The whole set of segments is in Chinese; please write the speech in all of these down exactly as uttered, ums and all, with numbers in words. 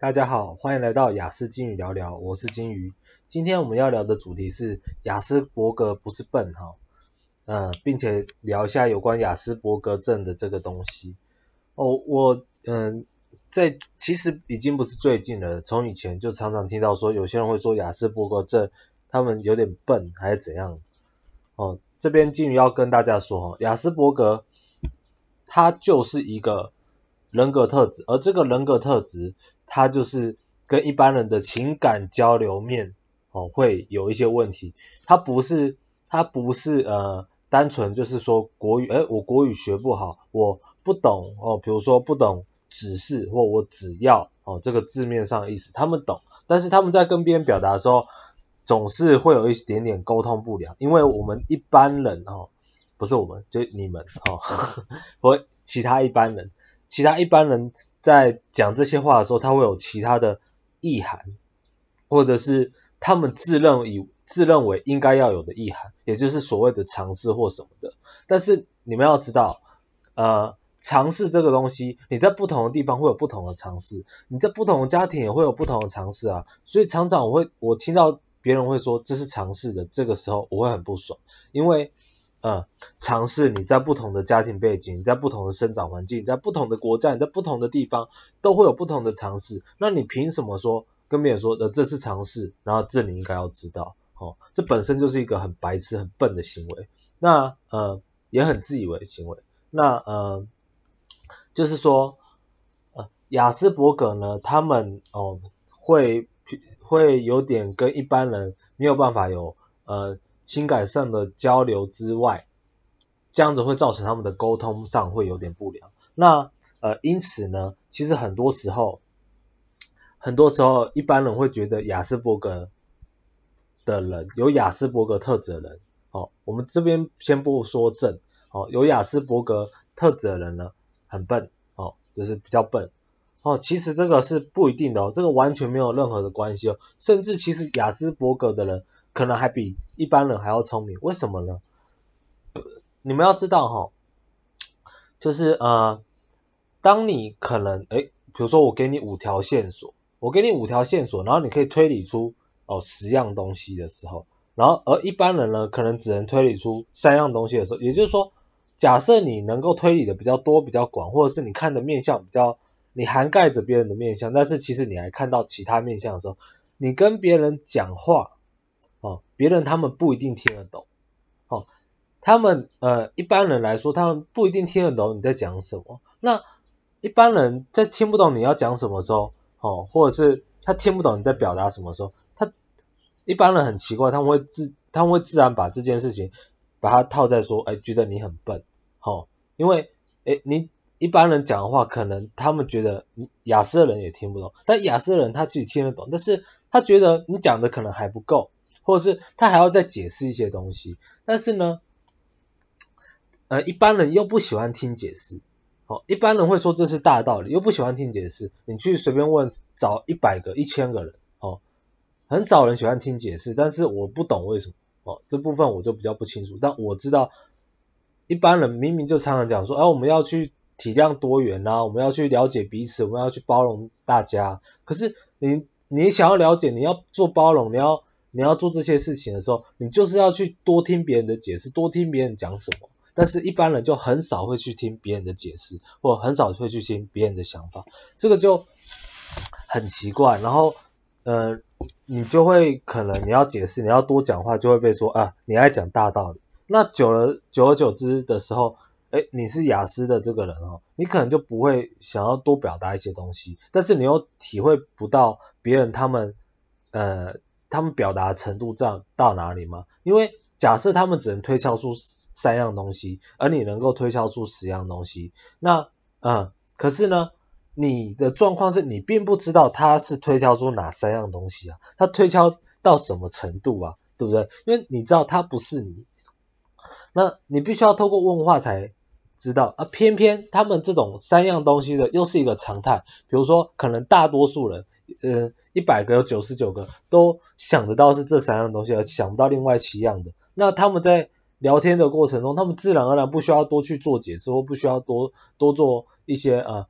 大家好，欢迎来到雅思金鱼聊聊，我是金鱼。今天我们要聊的主题是雅斯伯格不是笨哈，呃，并且聊一下有关雅斯伯格症的这个东西。哦，我嗯，在其实已经不是最近了，从以前就常常听到说有些人会说雅斯伯格症，他们有点笨还是怎样。哦，这边金鱼要跟大家说哦，雅斯伯格它就是一个人格特质，而这个人格特质它就是跟一般人的情感交流面哦会有一些问题，它不是它不是呃单纯就是说国语，诶我国语学不好，我不懂哦，比如说不懂指示或我只要哦这个字面上的意思，他们懂，但是他们在跟别人表达的时候，总是会有一点点沟通不良，因为我们一般人哦，不是我们，就你们哦，或其他一般人，其他一般人在讲这些话的时候，他会有其他的意涵，或者是他们自认以自认为应该要有的意涵，也就是所谓的尝试或什么的。但是你们要知道，呃，尝试这个东西，你在不同的地方会有不同的尝试，你在不同的家庭也会有不同的尝试啊。所以常常我会我听到别人会说这是尝试的，这个时候我会很不爽，因为呃，尝试你在不同的家庭背景，你在不同的生长环境，你在不同的国家，你在不同的地方都会有不同的尝试。那你凭什么说跟别人说呃这是尝试，然后这你应该要知道，哦，这本身就是一个很白痴、很笨的行为。那呃也很自以为的行为。那呃就是说呃雅斯伯格呢，他们哦会会有点跟一般人没有办法有呃情感上的交流之外，这样子会造成他们的沟通上会有点不良。那呃因此呢，其实很多时候很多时候一般人会觉得雅斯伯格的人有雅斯伯格特质的人，哦，我们这边先不说正，哦，有雅斯伯格特质的人呢很笨，哦，就是比较笨。哦，其实这个是不一定的哦，这个完全没有任何的关系哦，甚至其实雅斯伯格的人可能还比一般人还要聪明，为什么呢？你们要知道哈、哦，就是呃，当你可能诶，比如说我给你五条线索，我给你五条线索，然后你可以推理出哦十样东西的时候，然后而一般人呢可能只能推理出三样东西的时候，也就是说，假设你能够推理的比较多、比较广，或者是你看的面向比较，你涵盖着别人的面向，但是其实你还看到其他面向的时候，你跟别人讲话哦，别人他们不一定听得懂哦。他们呃一般人来说，他们不一定听得懂你在讲什么。那一般人在听不懂你要讲什么时候，哦，或者是他听不懂你在表达什么时候，他一般人很奇怪，他们会自他们会自然把这件事情把它套在说，哎，觉得你很笨，哦，因为哎你一般人讲的话，可能他们觉得亚斯的人也听不懂，但亚斯的人他自己听得懂，但是他觉得你讲的可能还不够，或者是他还要再解释一些东西，但是呢。呃，一般人又不喜欢听解释，哦，一般人会说这是大道理，又不喜欢听解释。你去随便问，找一百个、一千个人，哦，很少人喜欢听解释，但是我不懂为什么，哦，这部分我就比较不清楚。但我知道，一般人明明就常常讲说，哎，我们要去体谅多元啊，我们要去了解彼此，我们要去包容大家。可是你你想要了解，你要做包容，你要你要做这些事情的时候，你就是要去多听别人的解释，多听别人讲什么。但是一般人就很少会去听别人的解释，或很少会去听别人的想法，这个就很奇怪。然后，呃，你就会可能你要解释，你要多讲话，就会被说啊，你爱讲大道理。那久了，久而久之的时候，哎，你是雅思的这个人哦，你可能就不会想要多表达一些东西，但是你又体会不到别人他们呃他们表达的程度这样到哪里吗？因为假设他们只能推敲出三样东西，而你能够推敲出十样东西，那嗯，可是呢，你的状况是你并不知道他是推敲出哪三样东西啊，他推敲到什么程度啊，对不对？因为你知道他不是你，那你必须要透过问话才知道，而偏偏他们这种三样东西的又是一个常态，比如说可能大多数人，呃，一百个有九十九个都想得到是这三样东西，而想不到另外七样的。那他们在聊天的过程中，他们自然而然不需要多去做解释，或不需要多多做一些呃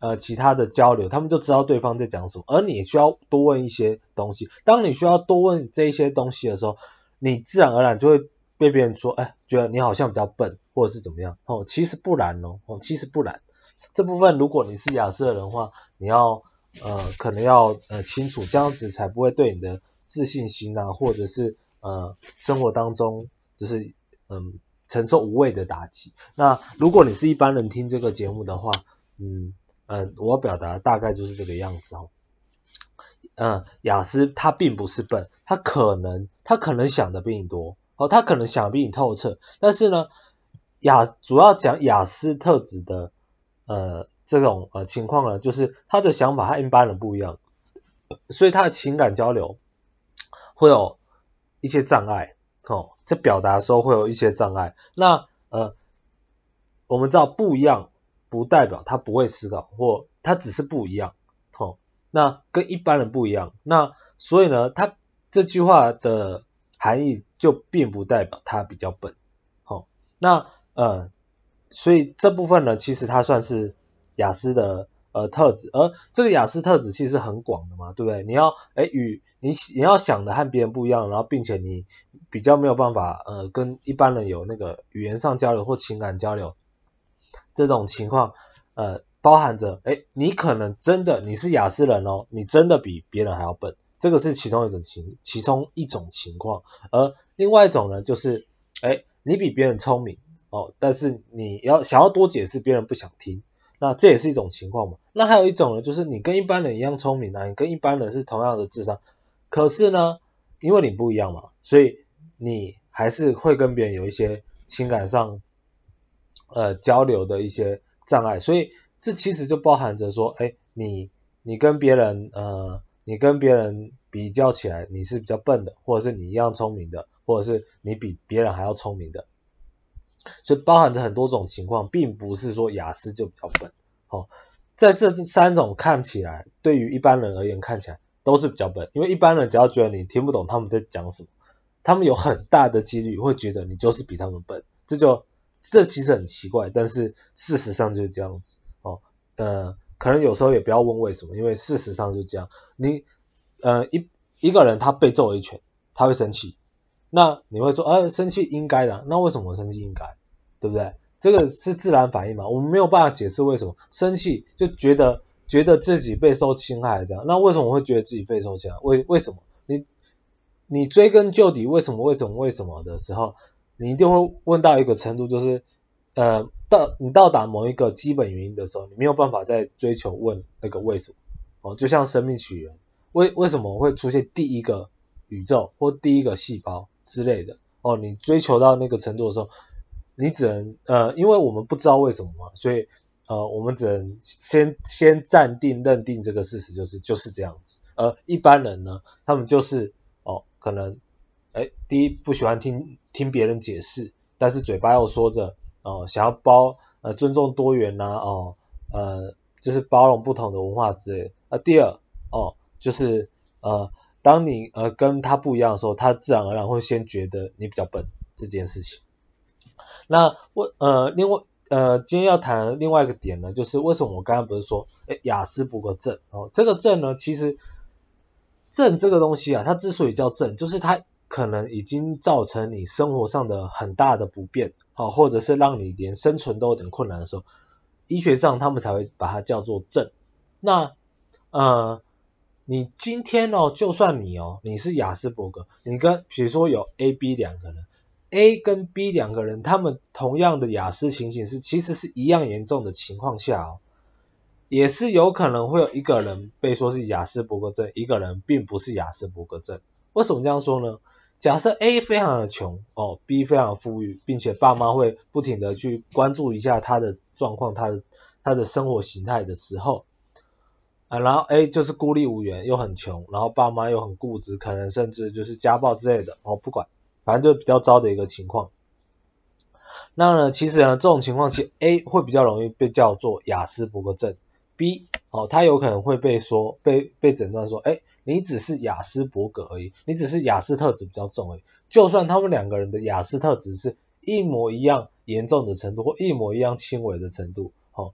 呃其他的交流，他们就知道对方在讲什么，而你也需要多问一些东西。当你需要多问这一些东西的时候，你自然而然就会被别人说，哎，觉得你好像比较笨，或者是怎么样哦，其实不然哦，哦其实不然。这部分如果你是亚斯的人的话，你要呃可能要呃清楚，这样子才不会对你的自信心啊，或者是呃生活当中就是嗯承受无谓的打击。那如果你是一般人听这个节目的话，嗯呃我要表达大概就是这个样子哦。嗯，雅思他并不是笨，他可能他可能想的比你多，哦，他可能想比你透彻，但是呢，雅主要讲雅思特质的呃这种呃情况呢，就是他的想法和一般人不一样，所以他的情感交流会有一些障碍，哦，在表达的时候会有一些障碍。那呃，我们知道不一样不代表他不会思考，或他只是不一样，哦，那跟一般人不一样。那所以呢，他这句话的含义就并不代表他比较笨，哦，那呃，所以这部分呢，其实它算是雅思的呃特质，而这个雅思特质其实很广的嘛，对不对？你要诶与你你要想的和别人不一样，然后并且你比较没有办法呃跟一般人有那个语言上交流或情感交流这种情况，呃包含着诶你可能真的你是雅思人哦，你真的比别人还要笨，这个是其中一种情其中一种情况，而另外一种呢就是诶你比别人聪明。哦，但是你要想要多解释，别人不想听，那这也是一种情况嘛。那还有一种呢，就是你跟一般人一样聪明啊，你跟一般人是同样的智商，可是呢，因为你不一样嘛，所以你还是会跟别人有一些情感上呃交流的一些障碍，所以这其实就包含着说，哎，你你跟别人呃你跟别人比较起来，你是比较笨的，或者是你一样聪明的，或者是你比别人还要聪明的。所以包含着很多种情况，并不是说雅思就比较笨。哦，在这三种看起来，对于一般人而言看起来都是比较笨，因为一般人只要觉得你听不懂他们在讲什么，他们有很大的几率会觉得你就是比他们笨，这就这其实很奇怪，但是事实上就是这样子。哦，呃，可能有时候也不要问为什么，因为事实上就是这样。你呃一一个人他被揍了一拳，他会生气。那你会说，呃，生气应该的，那为什么生气应该？对不对？这个是自然反应嘛，我们没有办法解释为什么生气就觉得觉得自己备受侵害这样，那为什么会觉得自己备受侵害？为为什么？你你追根究底，为什么为什么为什么的时候，你一定会问到一个程度，就是呃到你到达某一个基本原因的时候，你没有办法再追求问那个为什么哦，就像生命起源，为为什么会出现第一个宇宙或第一个细胞之类的哦，你追求到那个程度的时候，你只能呃，因为我们不知道为什么嘛，所以呃，我们只能先先暂定认定这个事实就是就是这样子。而一般人呢，他们就是哦，可能哎，第一不喜欢听听别人解释，但是嘴巴又说着哦，想要包呃尊重多元呐、啊、哦呃就是包容不同的文化之类的。呃，第二哦就是呃当你呃跟他不一样的时候，他自然而然会先觉得你比较笨这件事情。那为呃另外呃今天要谈的另外一个点呢，就是为什么我刚刚不是说哎雅斯伯格症哦，这个症呢其实症这个东西啊，它之所以叫症，就是它可能已经造成你生活上的很大的不便，哦，或者是让你连生存都有点困难的时候，医学上他们才会把它叫做症。那呃，你今天哦，就算你哦，你是雅斯伯格，你跟比如说有 A、B 两个人，A 跟 B 两个人，他们同样的雅思情形是其实是一样严重的情况下哦，也是有可能会有一个人被说是雅斯伯格症，一个人并不是雅斯伯格症。为什么这样说呢？假设 A 非常的穷哦 ，B 非常富裕，并且爸妈会不停的去关注一下他的状况，他的他的生活形态的时候，啊，然后 A 就是孤立无援又很穷，然后爸妈又很固执，可能甚至就是家暴之类的哦，不管，反正就比较糟的一个情况。那呢，其实呢，这种情况其实 A 会比较容易被叫做雅斯伯格症 ，B 哦，他有可能会被说被被诊断说，哎，你只是雅斯伯格而已，你只是雅斯特质比较重而已。就算他们两个人的雅斯特质是一模一样严重的程度或一模一样轻微的程度，哦，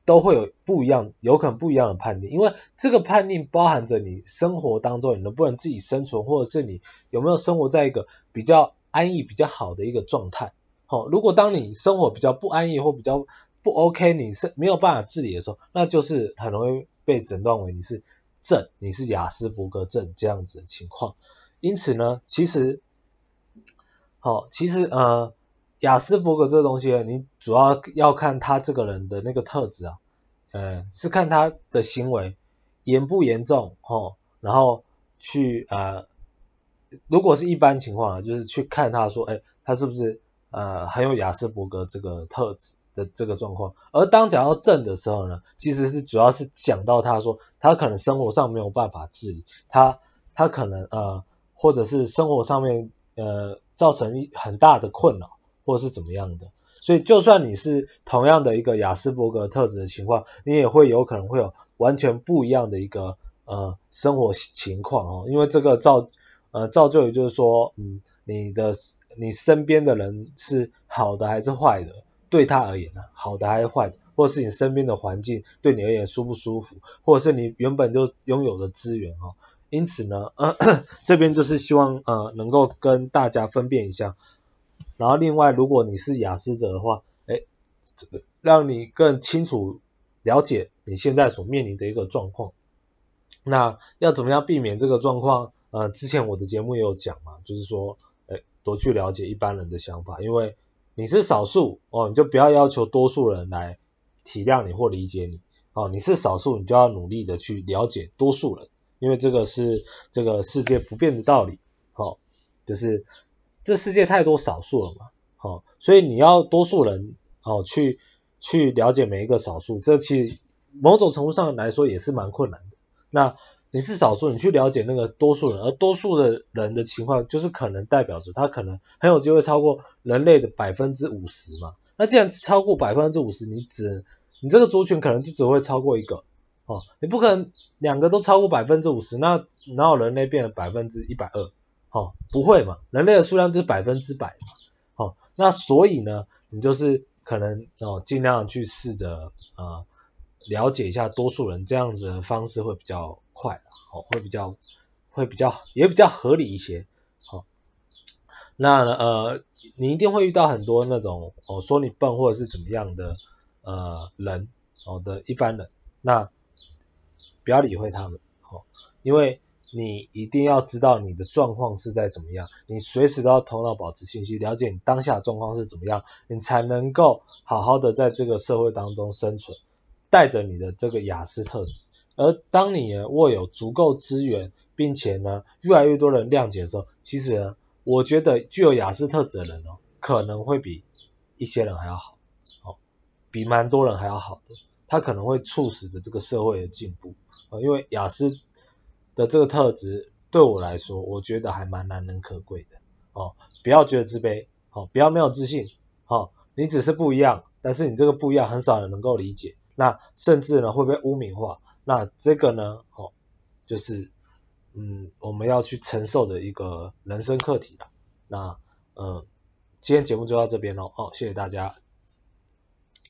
都会有不一样，有可能不一样的判定，因为这个判定包含着你生活当中你能不能自己生存，或者是你有没有生活在一个比较安逸、比较好的一个状态。好、哦，如果当你生活比较不安逸或比较不 OK， 你是没有办法自理的时候，那就是很容易被诊断为你是症，你是亚斯伯格症这样子的情况。因此呢，其实，好、哦，其实呃。亚斯伯格这个东西，你主要要看他这个人的那个特质啊，呃，是看他的行为严不严重，吼，然后去呃，如果是一般情况啊，就是去看他说，哎，他是不是呃很有亚斯伯格这个特质的这个状况。而当讲到症的时候呢，其实是主要是讲到他说，他可能生活上没有办法自理，他他可能呃，或者是生活上面呃造成很大的困扰。或是怎么样的，所以就算你是同样的一个亚斯伯格特质的情况，你也会有可能会有完全不一样的一个呃生活情况哦，因为这个造呃造就也就是说，嗯，你的你身边的人是好的还是坏的，对他而言呢，好的还是坏的，或者是你身边的环境对你而言舒不舒服，或者是你原本就拥有的资源哦，因此呢，呃、这边就是希望呃能够跟大家分辨一下。然后另外，如果你是亚斯者的话，哎，让你更清楚了解你现在所面临的一个状况。那要怎么样避免这个状况？呃，之前我的节目也有讲嘛，就是说，哎，多去了解一般人的想法，因为你是少数哦，你就不要要求多数人来体谅你或理解你。哦，你是少数，你就要努力的去了解多数人，因为这个是这个世界不变的道理。好、哦，就是这世界太多少数了嘛，好、哦，所以你要多数人哦去去了解每一个少数，这其实某种程度上来说也是蛮困难的。那你是少数，你去了解那个多数人，而多数的人的情况，就是可能代表着他可能很有机会超过人类的百分之五十嘛。那既然超过百分之五十，你只你这个族群可能就只会超过一个哦，你不可能两个都超过百分之五十，那哪有人类变成百分之一百二？哦，不会嘛，人类的数量就是百分之百嘛。哦，那所以呢，你就是可能哦尽量去试着呃了解一下多数人，这样子的方式会比较快，哦，会比较会比较也比较合理一些。好、哦，那呃你一定会遇到很多那种哦说你笨或者是怎么样的呃人哦的一般人，那不要理会他们，哦，因为你一定要知道你的状况是在怎么样，你随时都要头脑保持清晰，了解你当下的状况是怎么样，你才能够好好的在这个社会当中生存，带着你的这个雅思特质。而当你握有足够资源，并且呢越来越多人谅解的时候，其实呢我觉得具有雅思特质的人哦，可能会比一些人还要好，哦，比蛮多人还要好的，他可能会促使着这个社会的进步。呃、因为雅思的这个特质对我来说，我觉得还蛮难能可贵的哦。不要觉得自卑，哦，不要没有自信，哦，你只是不一样，但是你这个不一样很少人能够理解，那甚至呢会被污名化，那这个呢，哦，就是嗯我们要去承受的一个人生课题啦。那嗯，今天节目就到这边咯，哦，谢谢大家。